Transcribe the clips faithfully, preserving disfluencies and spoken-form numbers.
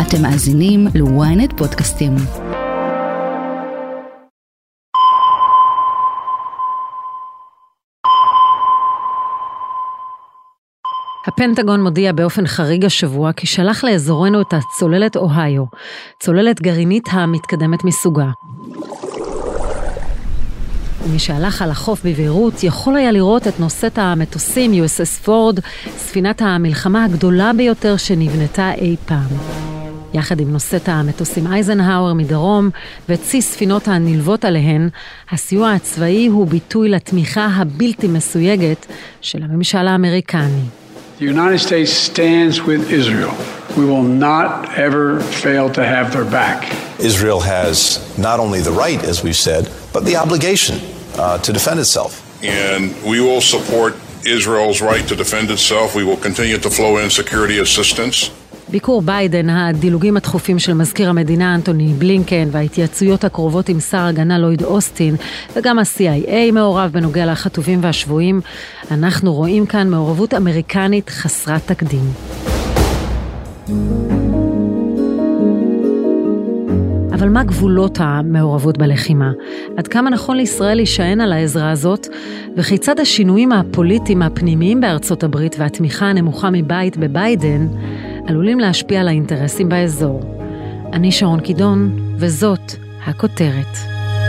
אתם מאזינים ל-ynet פודקאסטים. הפנטגון מודיע באופן חריג השבוע כי שלח לאזורנו את הצוללת אוהיו, צוללת גרעינית המתקדמת מסוגה. ומי שהלך על החוף בביירות יכול היה לראות את נושאת המטוסים יו אס אס פורד, ספינת המלחמה הגדולה ביותר שנבנתה אי פעם. יחד עם נושאת המטוסים אייזנהאואר מדרום וצי ספינות הנלוות עליהן, הסיוע הצבאי הוא ביטוי לתמיכה הבלתי מסויגת של הממשל האמריקני. The United States stands with Israel. We will not ever fail to have their back. Israel has not only the right, as we've said, but the obligation uh, to defend itself. And we will support Israel's right to defend itself. We will continue to flow in security assistance. ביקור ביידן, הדילוגים התכופים של מזכיר המדינה אנטוני בלינקן וההתייעצויות הקרובות עם שר הגנה לויד אוסטין וגם ה-סי איי איי מעורב בנוגע לחטופים והשבויים, אנחנו רואים כאן מעורבות אמריקנית חסרת תקדים. אבל מה גבולות המעורבות בלחימה? עד כמה נכון לישראל להישען על העזרה הזאת? וכיצד השינויים הפוליטיים הפנימיים בארצות הברית והתמיכה הנמוכה מבית בביידן עלולים להשפיע על האינטרסים באזור? אני שרון קידון, וזאת הכותרת.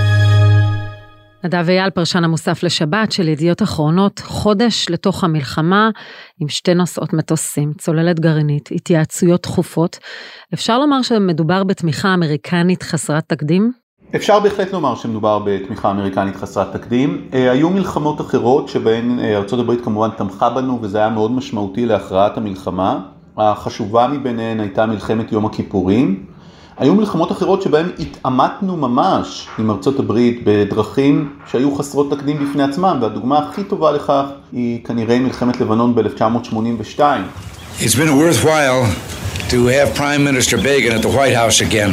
נדב אייל, פרשן המוסף לשבת של ידיעות אחרונות, חודש לתוך המלחמה עם שתי נוסעות מטוסים, צוללת גרעינית, התייעצויות תכופות. אפשר לומר שמדובר בתמיכה אמריקנית חסרת תקדים? אפשר בהחלט לומר שמדובר בתמיכה אמריקנית חסרת תקדים. היו מלחמות אחרות שבהן ארצות הברית כמובן תמכה בנו, וזה היה מאוד משמעותי להכרעת המלחמה. החשובה מביניהן הייתה מלחמת יום הכיפורים. היו מלחמות אחרות שבהן התעמתנו ממש עם ארצות הברית בדרכים שהיו חסרות תקדים בפני עצמם, והדוגמה הכי טובה לכך היא כנראה מלחמת לבנון ב-אלף תשע מאות שמונים ושתיים. It's been worthwhile to have Prime Minister Begin at the White House again.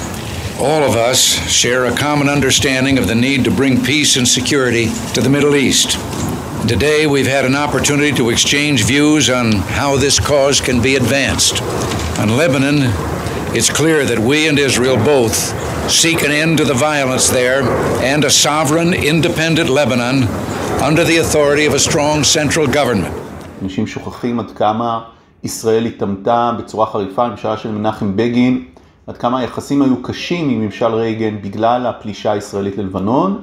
All of us share a common understanding of the need to bring peace and security to the Middle East. Today we've had an opportunity to exchange views on how this cause can be advanced. On Lebanon, it's clear that we and Israel both seek an end to the violence there and a sovereign, independent Lebanon under the authority of a strong central government. אנשים שוכחים עד כמה ישראל התעמתה בצורה חריפה, הממשלה של מנחם בגין, עד כמה היחסים היו קשים עם ממשל רייגן בגלל הפלישה הישראלית ללבנון.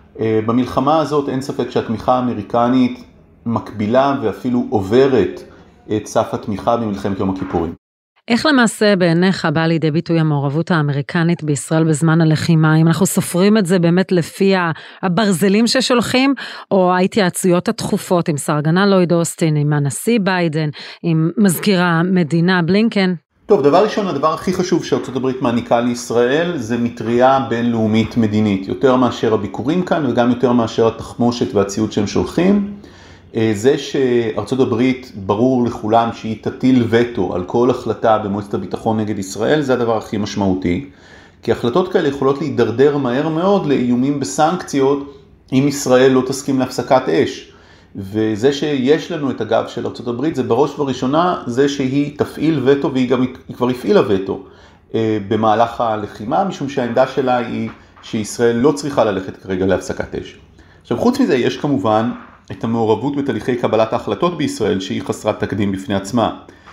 במלחמה הזאת אין ספק שהתמיכה האמריקנית מקבילה ואפילו עוברת את סף התמיכה במלחמת יום הכיפורים. איך למעשה בעיניך בא לידי ביטוי המעורבות האמריקנית בישראל בזמן הלחימה? אם אנחנו סופרים את זה באמת לפי הברזלים ששולחים, או ההתייעצויות התכופות עם שר הגנה לויד אוסטין, עם הנשיא ביידן, עם מזכיר המדינה בלינקן? טוב, דבר ראשון, הדבר הכי חשוב שארצות הברית מעניקה לישראל זה מטריה בינלאומית מדינית, יותר מאשר הביקורים כאן וגם יותר מאשר התחמושת והציוד שהם שולחים. זה שארצות הברית ברור לכולם שהיא תטיל וטו על כל החלטה במועצת הביטחון נגד ישראל, זה הדבר הכי משמעותי. כי החלטות כאלה יכולות להידרדר מהר מאוד לאיומים בסנקציות אם ישראל לא תסכים להפסקת אש. וזה שיש לנו את הגב של ארצות הברית זה בראש ובראשונה זה שהיא תפעיל וטו, והיא גם היא כבר הפעילה וטו במהלך הלחימה, משום שהעמדה שלה היא שישראל לא צריכה ללכת כרגע להפסקת אש. עכשיו חוץ מזה יש כמובן את המעורבות בתהליכי קבלת ההחלטות בישראל שהיא חסרת תקדים בפני עצמה.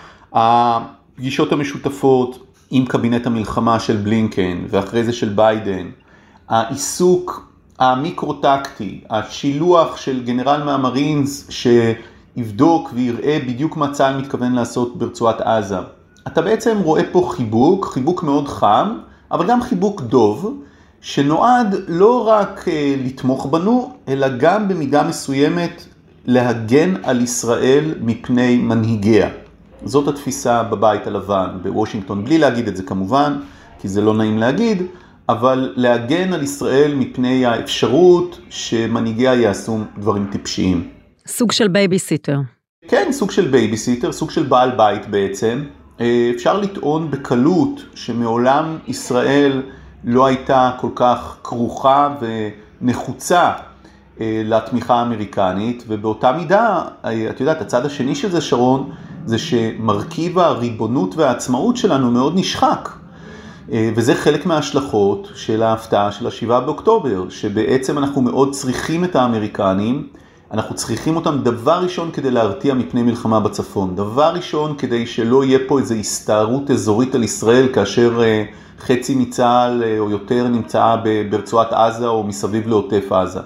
הפגישות המשותפות עם קבינט המלחמה של בלינקן ואחרי זה של ביידן, העיסוק המיקרו-טקטי, השילוח של גנרל מהמרינס שיבדוק ויראה בדיוק מה צה"ל מתכוון לעשות ברצועת עזה. אתה בעצם רואה פה חיבוק, חיבוק מאוד חם, אבל גם חיבוק דוב, שנועד לא רק לתמוך בנו, אלא גם במידה מסוימת להגן על ישראל מפני מנהיגיה. זאת התפיסה בבית הלבן, בוושינגטון, בלי להגיד את זה כמובן, כי זה לא נעים להגיד, אבל להגן על ישראל מפני האפשרות שמנהיגיה יעשו דברים טיפשיים. סוג של בייביסיטר. כן, סוג של בייביסיטר, סוג של בעל בית בעצם. אפשר לטעון בקלות שמעולם ישראל לא הייתה כל כך כרוכה ונחוצה לתמיכה האמריקנית, ובאותה מידה, את יודעת, הצד השני של זה, שרון, זה שמרכיב הריבונות והעצמאות שלנו מאוד נשחק. וזה חלק מההשלכות של ההפתעה של השבעה באוקטובר, שבעצם אנחנו מאוד צריכים את האמריקנים, אנחנו צריכים אותם דבר ראשון כדי להרתיע מפני מלחמה בצפון, דבר ראשון כדי שלא יהיה פה איזו הסתערות אזורית על ישראל, כאשר חצי מצה"ל או יותר נמצאה ברצועת עזה או מסביב לעוטף עזה.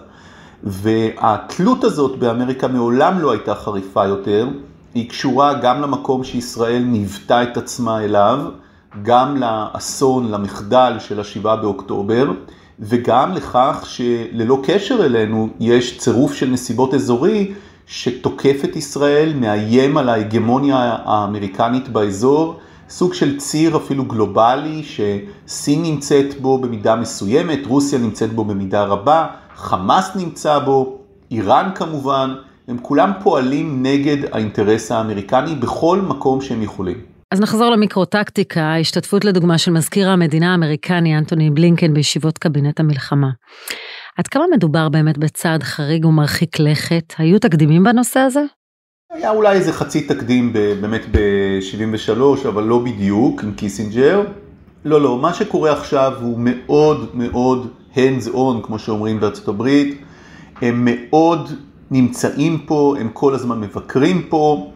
והתלות הזאת באמריקה מעולם לא הייתה חריפה יותר, היא קשורה גם למקום שישראל ניוותה את עצמה אליו, גם לאסון, למחדל של השבעה באוקטובר, וגם לכך שללא קשר אלינו יש צירוף של נסיבות אזורי שתוקף את ישראל, מאיים על ההגמוניה האמריקנית באזור, סוג של ציר אפילו גלובלי שסין נמצאת בו במידה מסוימת, רוסיה נמצאת בו במידה רבה, חמאס נמצא בו, איראן כמובן, הם כולם פועלים נגד האינטרס האמריקני בכל מקום שהם יכולים. אז נחזור למיקרוטקטיקה, השתתפות לדוגמה של מזכיר המדינה האמריקני אנטוני בלינקן בישיבות קבינט המלחמה. עד כמה מדובר באמת בצעד חריג ומרחיק לכת? היו תקדימים בנושא הזה? היה אולי איזה חצי תקדים באמת ב-שבעים ושלוש, אבל לא בדיוק, עם קיסינג'ר. לא, לא, מה שקורה עכשיו הוא מאוד מאוד hands on, כמו שאומרים בארצות הברית. הם מאוד נמצאים פה, הם כל הזמן מבקרים פה,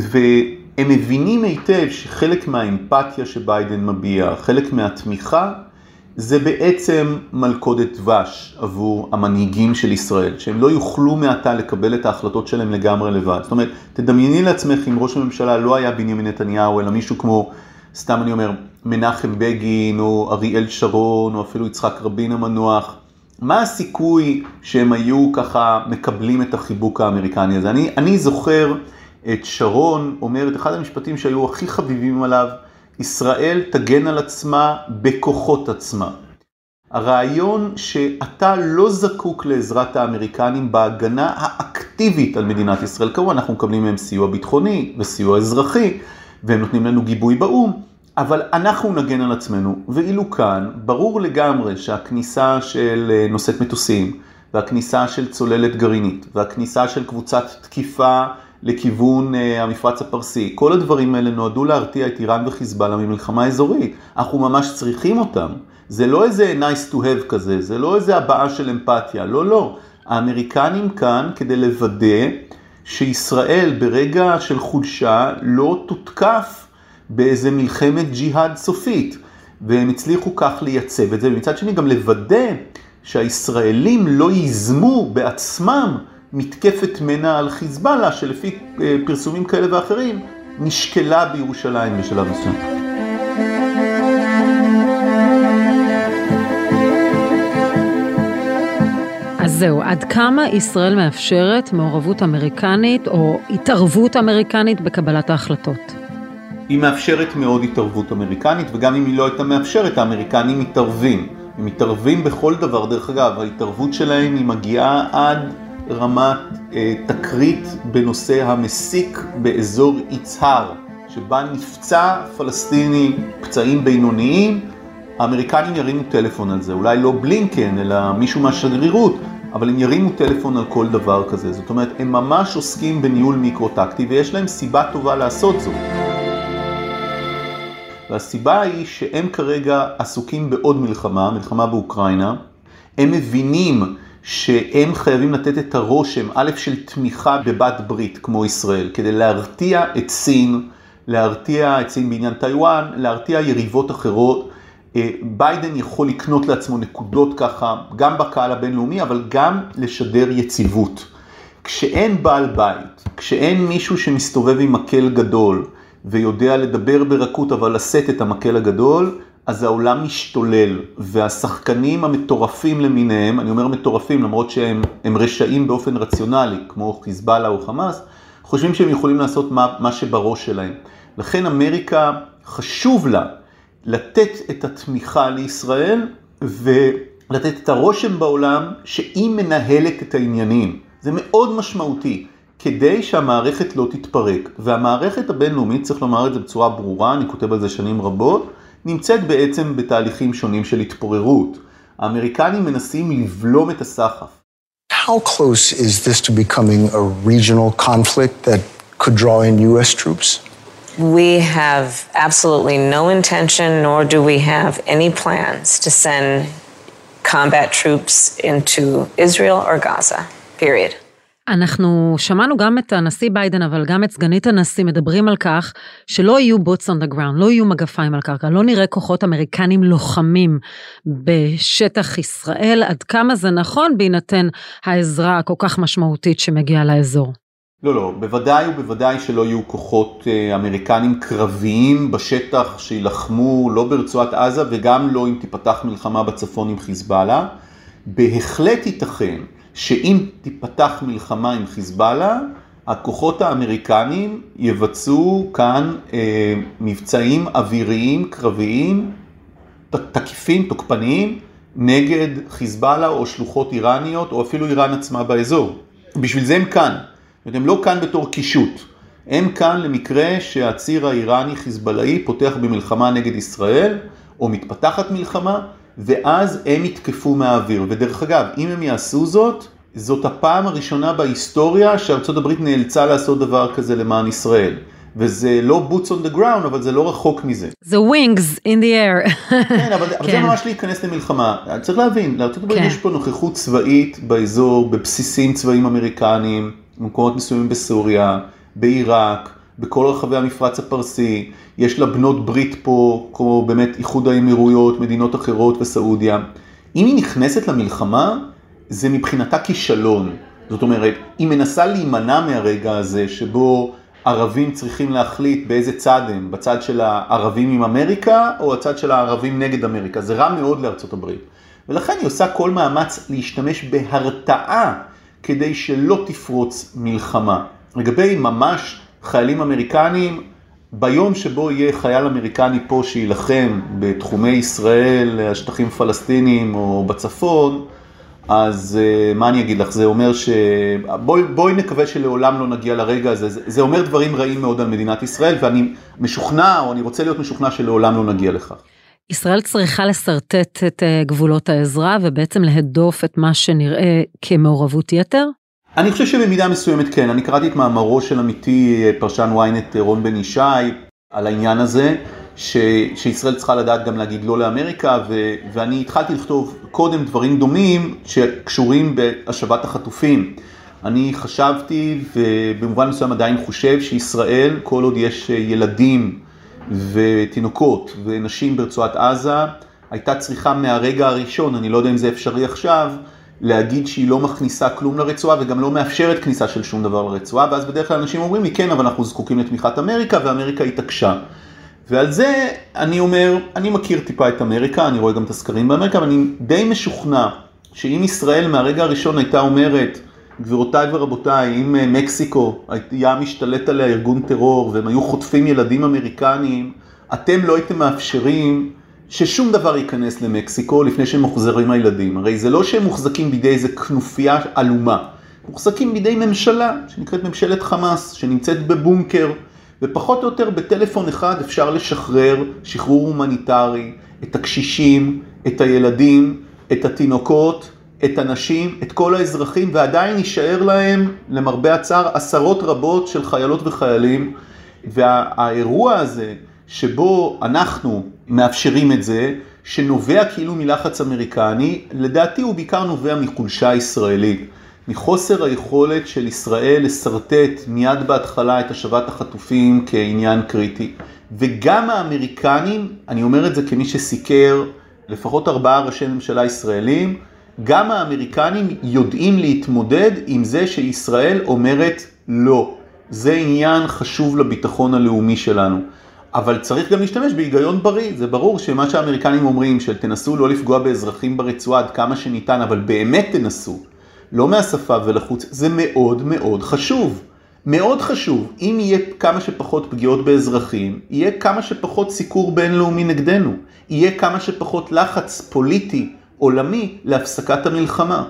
והם מבינים היטב שחלק מהאמפתיה שביידן מביע, חלק מהתמיכה, זה בעצם מלכודת דבש עבור המנהיגים של ישראל, שהם לא יוכלו מעתה לקבל את ההחלטות שלהם לגמרי לבד. זאת אומרת, תדמייני לעצמך אם ראש הממשלה לא היה בנימין נתניהו, אלא מישהו כמו, סתם אני אומר, מנחם בגין, או אריאל שרון, או אפילו יצחק רבין המנוח, מה הסיכוי שהם היו ככה מקבלים את החיבוק האמריקני הזה? אני, אני זוכר את שרון אומר את אחד המשפטים שהיו הכי חביבים עליו, ישראל תגן על עצמה בכוחות עצמה. הרעיון שאתה לא זקוק לעזרת האמריקנים בהגנה האקטיבית על מדינת ישראל, כמובן אנחנו מקבלים מהם סיוע ביטחוני וסיוע אזרחי, והם נותנים לנו גיבוי באום, אבל אנחנו נגן על עצמנו, ואילו כאן ברור לגמרי שהכניסה של נושאת מטוסים, והכניסה של צוללת גרעינית, והכניסה של קבוצת תקיפה לכיוון המפרץ הפרסי, כל הדברים האלה נועדו להרתיע את איראן וחיזבאללה ממלחמה אזורית. אנחנו ממש צריכים אותם. זה לא איזה nice to have כזה, זה לא איזה הבעה של אמפתיה, לא, לא. האמריקנים כאן כדי לוודא שישראל ברגע של חולשה לא תותקף באיזה מלחמת ג'יהאד סופית, והם הצליחו כך לייצב את זה, ומצד שני גם לוודא שהישראלים לא יזמו בעצמם מתקפת מנה על חיזבאללה, שלפי פרסומים כאלה ואחרים, נשקלה בירושלים בשלב מסוים. אז זהו, עד כמה ישראל מאפשרת מעורבות אמריקנית או התערבות אמריקנית בקבלת ההחלטות? היא מאפשרת מאוד התערבות אמריקנית, וגם אם היא לא הייתה מאפשרת, האמריקנים מתערבים. הם מתערבים בכל דבר. דרך אגב, ההתערבות שלהם היא מגיעה עד רמת אה, תקרית בנושא המסיק באזור יצהר, שבה נפצע פלסטיני פצעים בינוניים, האמריקנים ירימו טלפון על זה, אולי לא בלינקן, אלא מישהו מהשגרירות, אבל הם ירימו טלפון על כל דבר כזה. זאת אומרת, הם ממש עוסקים בניהול מיקרוטקטי, ויש להם סיבה טובה לעשות זאת. והסיבה היא שהם כרגע עסוקים בעוד מלחמה, מלחמה באוקראינה, הם מבינים שהם חייבים לתת את הרושם, א' של תמיכה בבת ברית כמו ישראל, כדי להרתיע את סין, להרתיע את סין בעניין טיואן, להרתיע יריבות אחרות. ביידן יכול לקנות לעצמו נקודות ככה, גם בקהל הבינלאומי, אבל גם לשדר יציבות. כשאין בעל בית, כשאין מישהו שמסתובב עם מקל גדול, ויודע לדבר ברכות אבל לשאת את המקל הגדול, אז העולם משתולל, והשחקנים המטורפים למיניהם, אני אומר מטורפים למרות שהם הם רשעים באופן רציונלי, כמו חיזבאללה או חמאס, חושבים שהם יכולים לעשות מה, מה שבראש שלהם. לכן אמריקה חשוב לה לתת את התמיכה לישראל, ולתת את הרושם בעולם שהיא מנהלת את העניינים. זה מאוד משמעותי, כדי שהמערכת לא תתפרק. והמערכת הבינלאומית, צריך לומר את זה בצורה ברורה, אני כותב על זה שנים רבות, נמצאת בעצם בתהליכים שונים של התפוררות. האמריקנים מנסים לבלום את הסחף. How close is this to becoming a regional conflict that could draw in U S troops? We have absolutely no intention, nor do we have any plans to send combat troops into Israel or Gaza, period. אנחנו שמענו גם את הנשיא ביידן, אבל גם את סגנית הנשיא מדברים על כך שלא יהיו boots on the ground, לא יהיו מגפיים על קרקע, לא נראה כוחות אמריקנים לוחמים בשטח ישראל, עד כמה זה נכון בהינתן העזרה הכל כך משמעותית שמגיעה לאזור. לא, לא, בוודאי ובוודאי שלא יהיו כוחות אמריקנים קרביים בשטח שילחמו לא ברצועת עזה וגם לא אם תיפתח מלחמה בצפון עם חיזבאללה. בהחלט ייתכן שאם תיפתח מלחמה עם חיזבאללה, הכוחות האמריקנים יבצעו כאן אה, מבצעים אוויריים קרביים, תקיפים, תוקפניים, נגד חיזבאללה או שלוחות איראניות או אפילו איראן עצמה באזור. בשביל זה הם כאן. הם לא כאן בתור קישוט, הם כאן למקרה שהציר האיראני חיזבאללאי פותח במלחמה נגד ישראל, או מתפתחת מלחמה, ואז הם יתקפו מהאוויר. ודרך אגב, אם הם יעשו זאת, זאת הפעם הראשונה בהיסטוריה שארצות הברית נאלצה לעשות דבר כזה למען ישראל. וזה לא boots on the ground, אבל זה לא רחוק מזה. זה wings in the air. כן, אבל, אבל זה ממש להיכנס למלחמה. צריך להבין, לארצות הברית יש פה נוכחות צבאית באזור, בבסיסים צבאיים אמריקניים, במקומות מסוימים בסוריה, בעיראק, בכל רחבי המפרץ הפרסי, יש לה בנות ברית פה, כמו באמת איחוד האמירויות, מדינות אחרות וסעודיה. אם היא נכנסת למלחמה, זה מבחינתה כישלון. זאת אומרת, היא מנסה להימנע מהרגע הזה, שבו ערבים צריכים להחליט באיזה צד הם, בצד של הערבים עם אמריקה, או הצד של הערבים נגד אמריקה. זה רע מאוד לארצות הברית. ולכן היא עושה כל מאמץ להשתמש בהרתעה, כדי שלא תפרוץ מלחמה. לגבי ממש חיילים אמריקנים, ביום שבו יהיה חייל אמריקני פה שילחם בתחומי ישראל, השטחים פלסטינים או בצפון, אז מה אני אגיד לך? זה אומר ש... בואי, בואי נקווה שלעולם לא נגיע לרגע הזה. זה, זה אומר דברים רעים מאוד על מדינת ישראל, ואני משוכנע, או אני רוצה להיות משוכנע שלעולם לא נגיע לכך. ישראל צריכה לסרטט את גבולות העזרה, ובעצם להדוף את מה שנראה כמעורבות יתר? אני חושב שבמידה מסוימת כן. אני קראתי את מאמרו של עמיתי פרשן וויינט רון בן ישי, על העניין הזה, ש... שישראל צריכה לדעת גם להגיד לא לאמריקה, ו... ואני התחלתי לכתוב קודם דברים דומים, שקשורים בהשבת החטופים. אני חשבתי, ובמובן מסוים עדיין חושב, שישראל, כל עוד יש ילדים, ותינוקות ונשים ברצועת עזה, הייתה צריכה מהרגע הראשון, אני לא יודע אם זה אפשרי עכשיו, להגיד שהיא לא מכניסה כלום לרצועה, וגם לא מאפשרת כניסה של שום דבר לרצועה, ואז בדרך כלל אנשים אומרים לי, כן, אבל אנחנו זקוקים לתמיכת אמריקה, ואמריקה התעקשה. ועל זה אני אומר, אני מכיר טיפה את אמריקה, אני רואה גם את הסקרים באמריקה, אבל אני די משוכנע, שאם ישראל מהרגע הראשון הייתה אומרת, גבירותיי ורבותיי, אם מקסיקו היה משתלט עליה ארגון טרור, והם היו חוטפים ילדים אמריקניים, אתם לא הייתם מאפשרים ששום דבר ייכנס למקסיקו לפני שהם מוחזרים הילדים. הרי זה לא שהם מוחזקים בידי איזה כנופיה אלומה, מוחזקים בידי ממשלה, שנקראת ממשלת חמאס, שנמצאת בבונקר, ופחות או יותר בטלפון אחד אפשר לשחרר שחרור הומניטרי, את הקשישים, את הילדים, את התינוקות, את הנשים, את כל האזרחים, ועדיין יישאר להם, למרבה הצער, עשרות רבות של חיילות וחיילים, והאירוע הזה, שבו אנחנו מאפשרים את זה, שנובע כאילו מלחץ אמריקני, לדעתי הוא בעיקר נובע מחולשה ישראלית, מחוסר היכולת של ישראל לסרטט מיד בהתחלה את השבת החטופים כעניין קריטי. וגם האמריקנים, אני אומר את זה כמי שסיקר לפחות ארבעה ראשי ממשלה ישראלים, גם האמריקנים יודעים להתמודד עם זה שישראל אומרת לא. זה עניין חשוב לביטחון הלאומי שלנו. אבל צריך גם להשתמש בהיגיון בריא. זה ברור שמה שהאמריקנים אומרים, של תנסו לא לפגוע באזרחים ברצועה עד כמה שניתן, אבל באמת תנסו, לא מהשפה ולחוץ, זה מאוד מאוד חשוב. מאוד חשוב. אם יהיה כמה שפחות פגיעות באזרחים, יהיה כמה שפחות סיקור בינלאומי נגדנו. יהיה כמה שפחות לחץ פוליטי עולמי להפסקת המלחמה.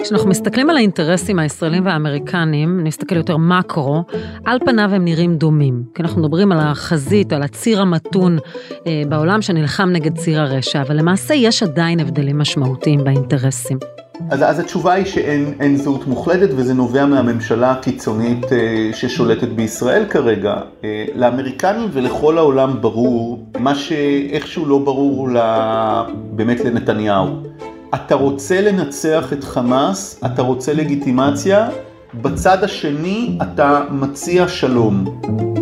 כשאנחנו מסתכלים על האינטרסים הישראלים והאמריקנים, נסתכל יותר מקרו, על פניו הם נראים דומים. כי אנחנו מדברים על החזית, על הציר המתון אה, בעולם שנלחם נגד ציר הרשע, אבל למעשה יש עדיין הבדלים משמעותיים באינטרסים. אז, אז התשובה היא שאין אין זהות מוחלטת, וזה נובע מהממשלה הקיצונית אה, ששולטת בישראל כרגע. אה, לאמריקנים ולכל העולם ברור, מה שאיכשהו לא ברור לה, באמת לנתניהו. אתה רוצה לנצח את חמאס, אתה רוצה לגיטימציה, בצד השני אתה מציע שלום.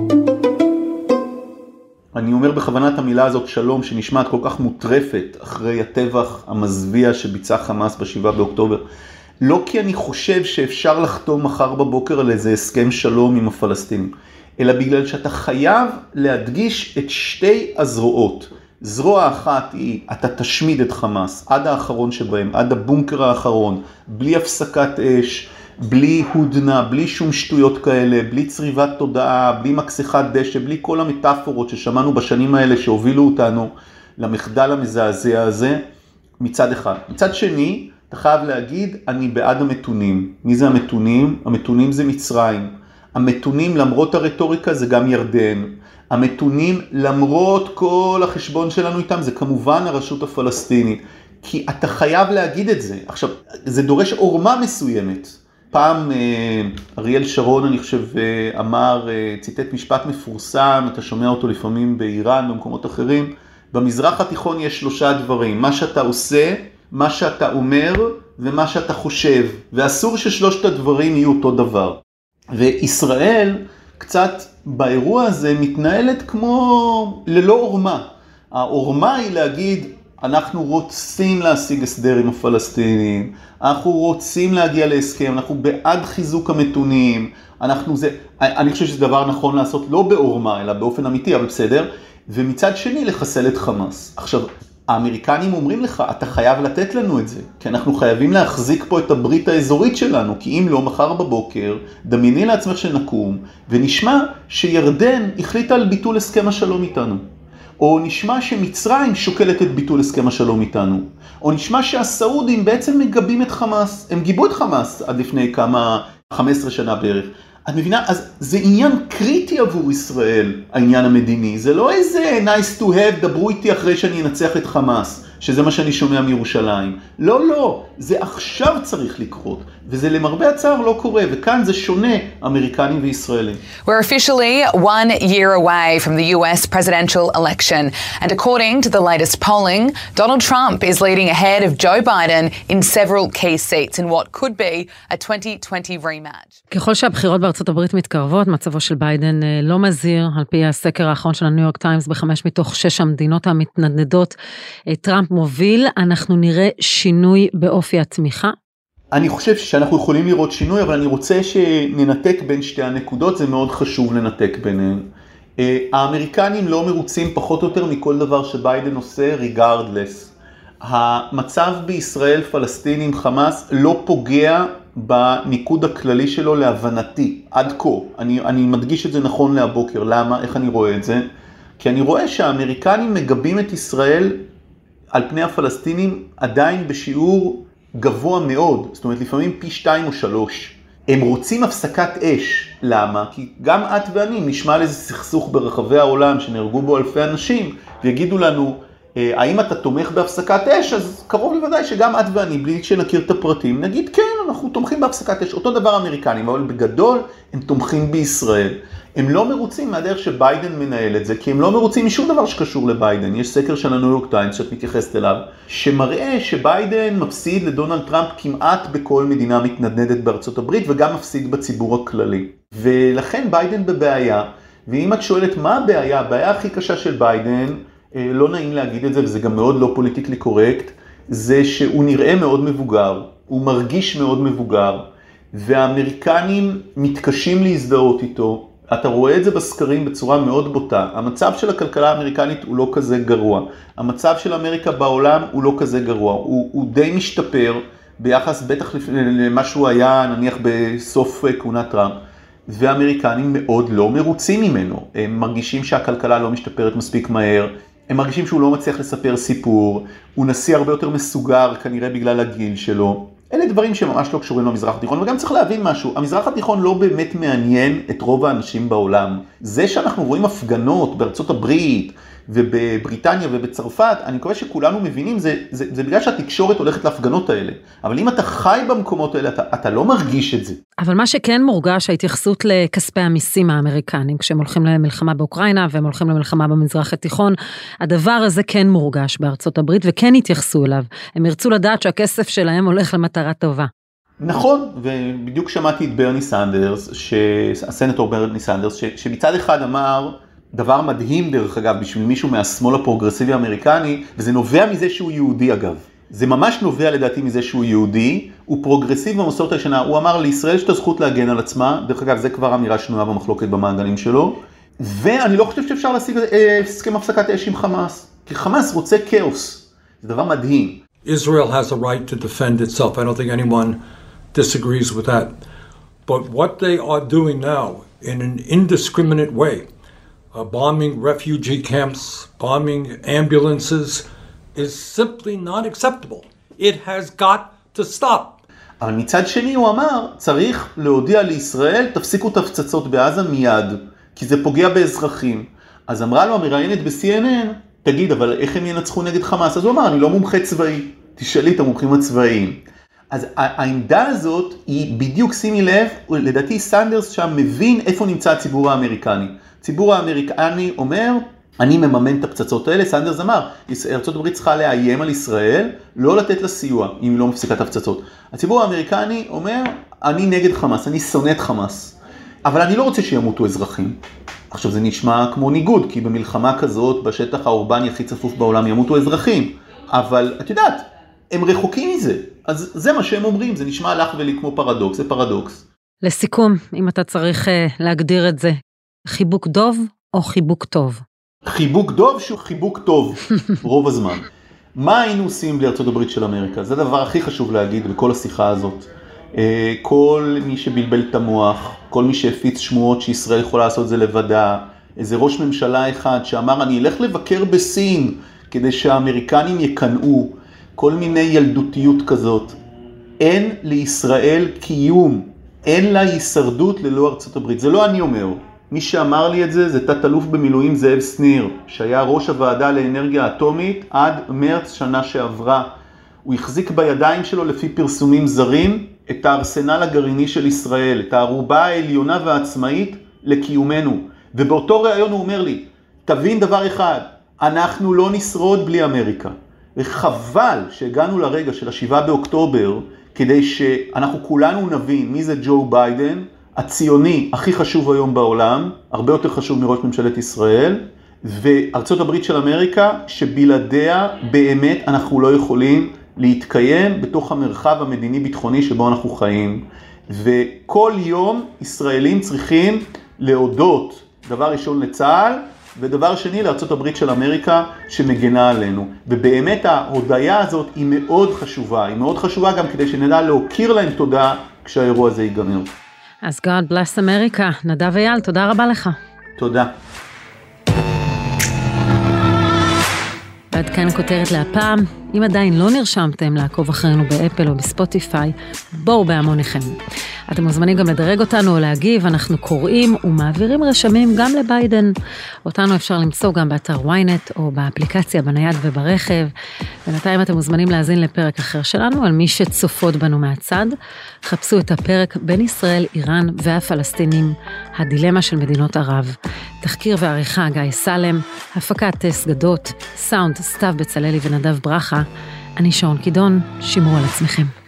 אני אומר בכוונת המילה הזאת שלום, שנשמעת כל כך מוטרפת אחרי הטבח המזוויע שביצע חמאס בשבעה באוקטובר. לא כי אני חושב שאפשר לחתום מחר בבוקר על איזה הסכם שלום עם הפלסטינים, אלא בגלל שאתה חייב להדגיש את שתי הזרועות. זרוע אחת היא, אתה תשמיד את חמאס עד האחרון שבהם, עד הבונקר האחרון, בלי הפסקת אש, בלי הודנה, בלי שום שטויות כאלה, בלי צריבת תודעה, בלי מקסחת דשא, בלי כל המטאפורות ששמענו בשנים האלה שהובילו אותנו למחדל המזעזע הזה, מצד אחד. מצד שני, אתה חייב להגיד, אני בעד המתונים. מי זה המתונים? המתונים זה מצרים. המתונים, למרות הרטוריקה, זה גם ירדן. המתונים, למרות כל החשבון שלנו איתם, זה כמובן הרשות הפלסטינית. כי אתה חייב להגיד את זה. עכשיו, זה דורש עורמה מסוימת. פעם אריאל שרון, אני חושב, אמר, ציטט משפט מפורסם, אתה שומע אותו לפעמים באיראן, במקומות אחרים. במזרח התיכון יש שלושה דברים, מה שאתה עושה, מה שאתה אומר ומה שאתה חושב. ואסור ששלושת הדברים יהיו אותו דבר. וישראל קצת באירוע הזה מתנהלת כמו ללא עורמה. העורמה היא להגיד, אנחנו רוצים להשיג הסדר עם הפלסטינים, אנחנו רוצים להגיע להסכם, אנחנו בעד חיזוק המתונים, אנחנו זה, אני חושב שזה דבר נכון לעשות לא בעורמה, אלא באופן אמיתי, אבל בסדר, ומצד שני לחסל את חמאס. עכשיו, האמריקנים אומרים לך, אתה חייב לתת לנו את זה, כי אנחנו חייבים להחזיק פה את הברית האזורית שלנו, כי אם לא, מחר בבוקר, דמייני לעצמך שנקום, ונשמע שירדן החליטה על ביטול הסכם השלום איתנו. או נשמע שמצרים שוקלת את ביטול הסכם השלום איתנו. או נשמע שהסעודים בעצם מגבים את חמאס. הם גיבו את חמאס עד לפני כמה, חמש עשרה שנה בערך. את מבינה? אז זה עניין קריטי עבור ישראל, העניין המדיני. זה לא איזה nice to have, דברו איתי אחרי שאני אנצח את חמאס, שזה מה שאני שומע מירושלים. לא, לא, זה עכשיו צריך לקרות. וזה למרבה הצער לא קורה, וכאן זה שונה אמריקנים וישראלים. We're officially one year away from the U S presidential election. And according to the latest polling, Donald Trump is leading ahead of Joe Biden in several key seats in what could be a twenty twenty rematch. ככל שהבחירות בארצות הברית מתקרבות, מצבו של ביידן לא מזהיר, על פי הסקר האחרון של הניו יורק טיימס, בחמש מתוך שש המדינות המתנדנדות, טראמפ מוביל, אנחנו נראה שינוי באופי התמיכה? אני חושב שאנחנו יכולים לראות שינוי, אבל אני רוצה שננתק בין שתי הנקודות, זה מאוד חשוב לנתק ביניהן. האמריקנים לא מרוצים פחות או יותר מכל דבר שביידן עושה, regardless. המצב בישראל, פלסטינים, חמאס, לא פוגע בניקוד הכללי שלו להבנתי, עד כה. אני, אני מדגיש את זה נכון להבוקר. למה? איך אני רואה את זה? כי אני רואה שהאמריקנים מגבים את ישראל על פני הפלסטינים עדיין בשיעור גבוה מאוד, זאת אומרת לפעמים פי שתיים או שלוש. הם רוצים הפסקת אש. למה? כי גם את ואני נשמע על איזה סכסוך ברחבי העולם שנהרגו בו אלפי אנשים, ויגידו לנו, האם אתה תומך בהפסקת אש? אז קרוב לוודאי שגם את ואני, בלי שנכיר את הפרטים, נגיד כן, אנחנו תומכים בהפסקת אש. אותו דבר אמריקנים, אבל בגדול הם תומכים בישראל. הם לא מרוצים מהדרך שביידן מנהל את זה, כי הם לא מרוצים משום דבר שקשור לביידן. יש סקר של הניו יורק טיימס שאת מתייחסת אליו, שמראה שביידן מפסיד לדונלד טראמפ כמעט בכל מדינה מתנדנדת בארצות הברית, וגם מפסיד בציבור הכללי. ולכן ביידן בבעיה, ואם את שואלת מה הבעיה, הבעיה הכי קשה של ביידן, לא נעים להגיד את זה, וזה גם מאוד לא פוליטיקלי קורקט, זה שהוא נראה מאוד מבוגר, הוא מרגיש מאוד מבוגר, והאמריקנים מתקשים להזדהות איתו. אתה רואה את זה בסקרים בצורה מאוד בוטה. המצב של הכלכלה האמריקנית הוא לא כזה גרוע. המצב של אמריקה בעולם הוא לא כזה גרוע. הוא, הוא די משתפר ביחס בטח למה שהוא היה נניח בסוף כהונת טראמפ. והאמריקנים מאוד לא מרוצים ממנו. הם מרגישים שהכלכלה לא משתפרת מספיק מהר. הם מרגישים שהוא לא מצליח לספר סיפור. הוא נשיא הרבה יותר מסוגר כנראה בגלל הגיל שלו. אלה דברים שממש לא קשורים למזרח התיכון, וגם צריך להבין משהו, המזרח התיכון לא באמת מעניין את רוב האנשים בעולם. זה שאנחנו רואים הפגנות בארצות הברית ובבריטניה ובצרפת, אני מקווה שכולנו מבינים, זה, זה, זה בגלל שהתקשורת הולכת להפגנות האלה. אבל אם אתה חי במקומות האלה, אתה, אתה לא מרגיש את זה. אבל מה שכן מורגש, ההתייחסות לכספי המיסים האמריקנים, כשהם הולכים למלחמה באוקראינה והם הולכים למלחמה במזרח התיכון, הדבר הזה כן מורגש בארצות הברית וכן התייחסו אליו. הם ירצו לדעת שהכסף שלהם הולך למטרה טובה. נכון, ובדיוק שמעתי את ברני סנדרס, הסנטור ברני סנדרס, ש, שמצד אחד אמר, דבר מדהים דרך אגב, בשביל מישהו מהשמאל הפרוגרסיבי האמריקני, וזה נובע מזה שהוא יהודי אגב. זה ממש נובע לדעתי מזה שהוא יהודי, הוא פרוגרסיב במסורת הישנה, הוא אמר לישראל יש את הזכות להגן על עצמה, דרך אגב זה כבר אמירה שנויה במחלוקת במעגלים שלו, ואני לא חושב שאפשר להשיג הסכם הפסקת אש עם חמאס, כי חמאס רוצה כאוס, זה דבר מדהים. Israel has a right to defend itself, I don't think anyone disagrees with that, but what they are doing now in an indiscriminate way, Uh, bombing refugee camps, bombing ambulances, is simply not acceptable. It has got to stop. אבל מצד שני הוא אמר, צריך להודיע לישראל, תפסיקו את הפצצות בעזה מיד, כי זה פוגע באזרחים. אז אמרה לו המראיינת ב-סי אן אן, תגיד, אבל איך הם ינצחו נגד חמאס? אז הוא אמר, אני לא מומחה צבאי, תשאלי את המומחים הצבאיים. אז העמדה הזאת היא בדיוק, שימי לב, לדעתי סנדרס שם מבין איפה נמצא הציבור האמריקני. הציבור האמריקני אומר, אני מממן את הפצצות האלה, סנדרס אמר, ארצות הברית צריכה לאיים על ישראל, לא לתת לה סיוע, אם היא לא מפסיקה את הפצצות. הציבור האמריקני אומר, אני נגד חמאס, אני שונא את חמאס, אבל אני לא רוצה שימותו אזרחים. עכשיו זה נשמע כמו ניגוד, כי במלחמה כזאת, בשטח האורבני הכי צפוף בעולם, ימותו אזרחים. אבל את יודעת, הם רחוקים מזה, אז זה מה שהם אומרים, זה נשמע לך ולי כמו פרדוקס, זה פרדוקס. לסיכום, אם אתה צריך uh, להגדיר את זה, חיבוק דוב או חיבוק טוב? חיבוק דוב שהוא חיבוק טוב, רוב הזמן. מה היינו עושים לארצות הברית של אמריקה? זה הדבר הכי חשוב להגיד בכל השיחה הזאת. כל מי שבלבל את המוח, כל מי שהפיץ שמועות שישראל יכולה לעשות זה לבדה, איזה ראש ממשלה אחד שאמר אני אלך לבקר בסין כדי שהאמריקנים יקנאו, כל מיני ילדותיות כזאת. אין לישראל קיום, אין לה הישרדות ללא ארצות הברית. זה לא אני אומר. מי שאמר לי את זה, זה תת אלוף במילואים זאב שניר, שהיה ראש הוועדה לאנרגיה אטומית עד מרץ שנה שעברה. הוא החזיק בידיים שלו לפי פרסומים זרים את הארסנל הגרעיני של ישראל, את הערובה העליונה והעצמאית לקיומנו. ובאותו ראיון הוא אומר לי, תבין דבר אחד, אנחנו לא נשרוד בלי אמריקה. וחבל שהגענו לרגע של השבעה באוקטובר, כדי שאנחנו כולנו נבין מי זה ג'ו ביידן, הציוני הכי חשוב היום בעולם, הרבה יותר חשוב מראש ממשלת ישראל, וארצות הברית של אמריקה, שבלעדיה באמת אנחנו לא יכולים להתקיים בתוך המרחב המדיני-ביטחוני שבו אנחנו חיים. וכל יום ישראלים צריכים להודות, דבר ראשון לצה"ל, ודבר שני לארצות הברית של אמריקה שמגנה עלינו. ובאמת ההודעה הזאת היא מאוד חשובה, היא מאוד חשובה גם כדי שנדע להוקיר להם תודה כשהאירוע הזה ייגמר. אז God bless America. נדב אייל, תודה רבה לך. תודה. ועד כאן כותרת להפעם. אם עדיין לא נרשמתם לעקוב אחרינו באפל או בספוטיפיי, בואו בהמוניכם. אתם מוזמנים גם לדרג אותנו או להגיב, אנחנו קוראים ומעבירים רשמים גם לביידן. אותנו אפשר למצוא גם באתר ynet או באפליקציה בנייד וברכב. בינתיים אתם מוזמנים להאזין לפרק אחר שלנו על מי שצופות בנו מהצד. חפשו את הפרק בין ישראל, איראן והפלסטינים, הדילמה של מדינות ערב. תחקיר ועריכה גיא סלם, הפקת טס גדות, סאונד סתיו בצללי ונדב ברכה. אני שרון קידון, שמרו על עצמכם.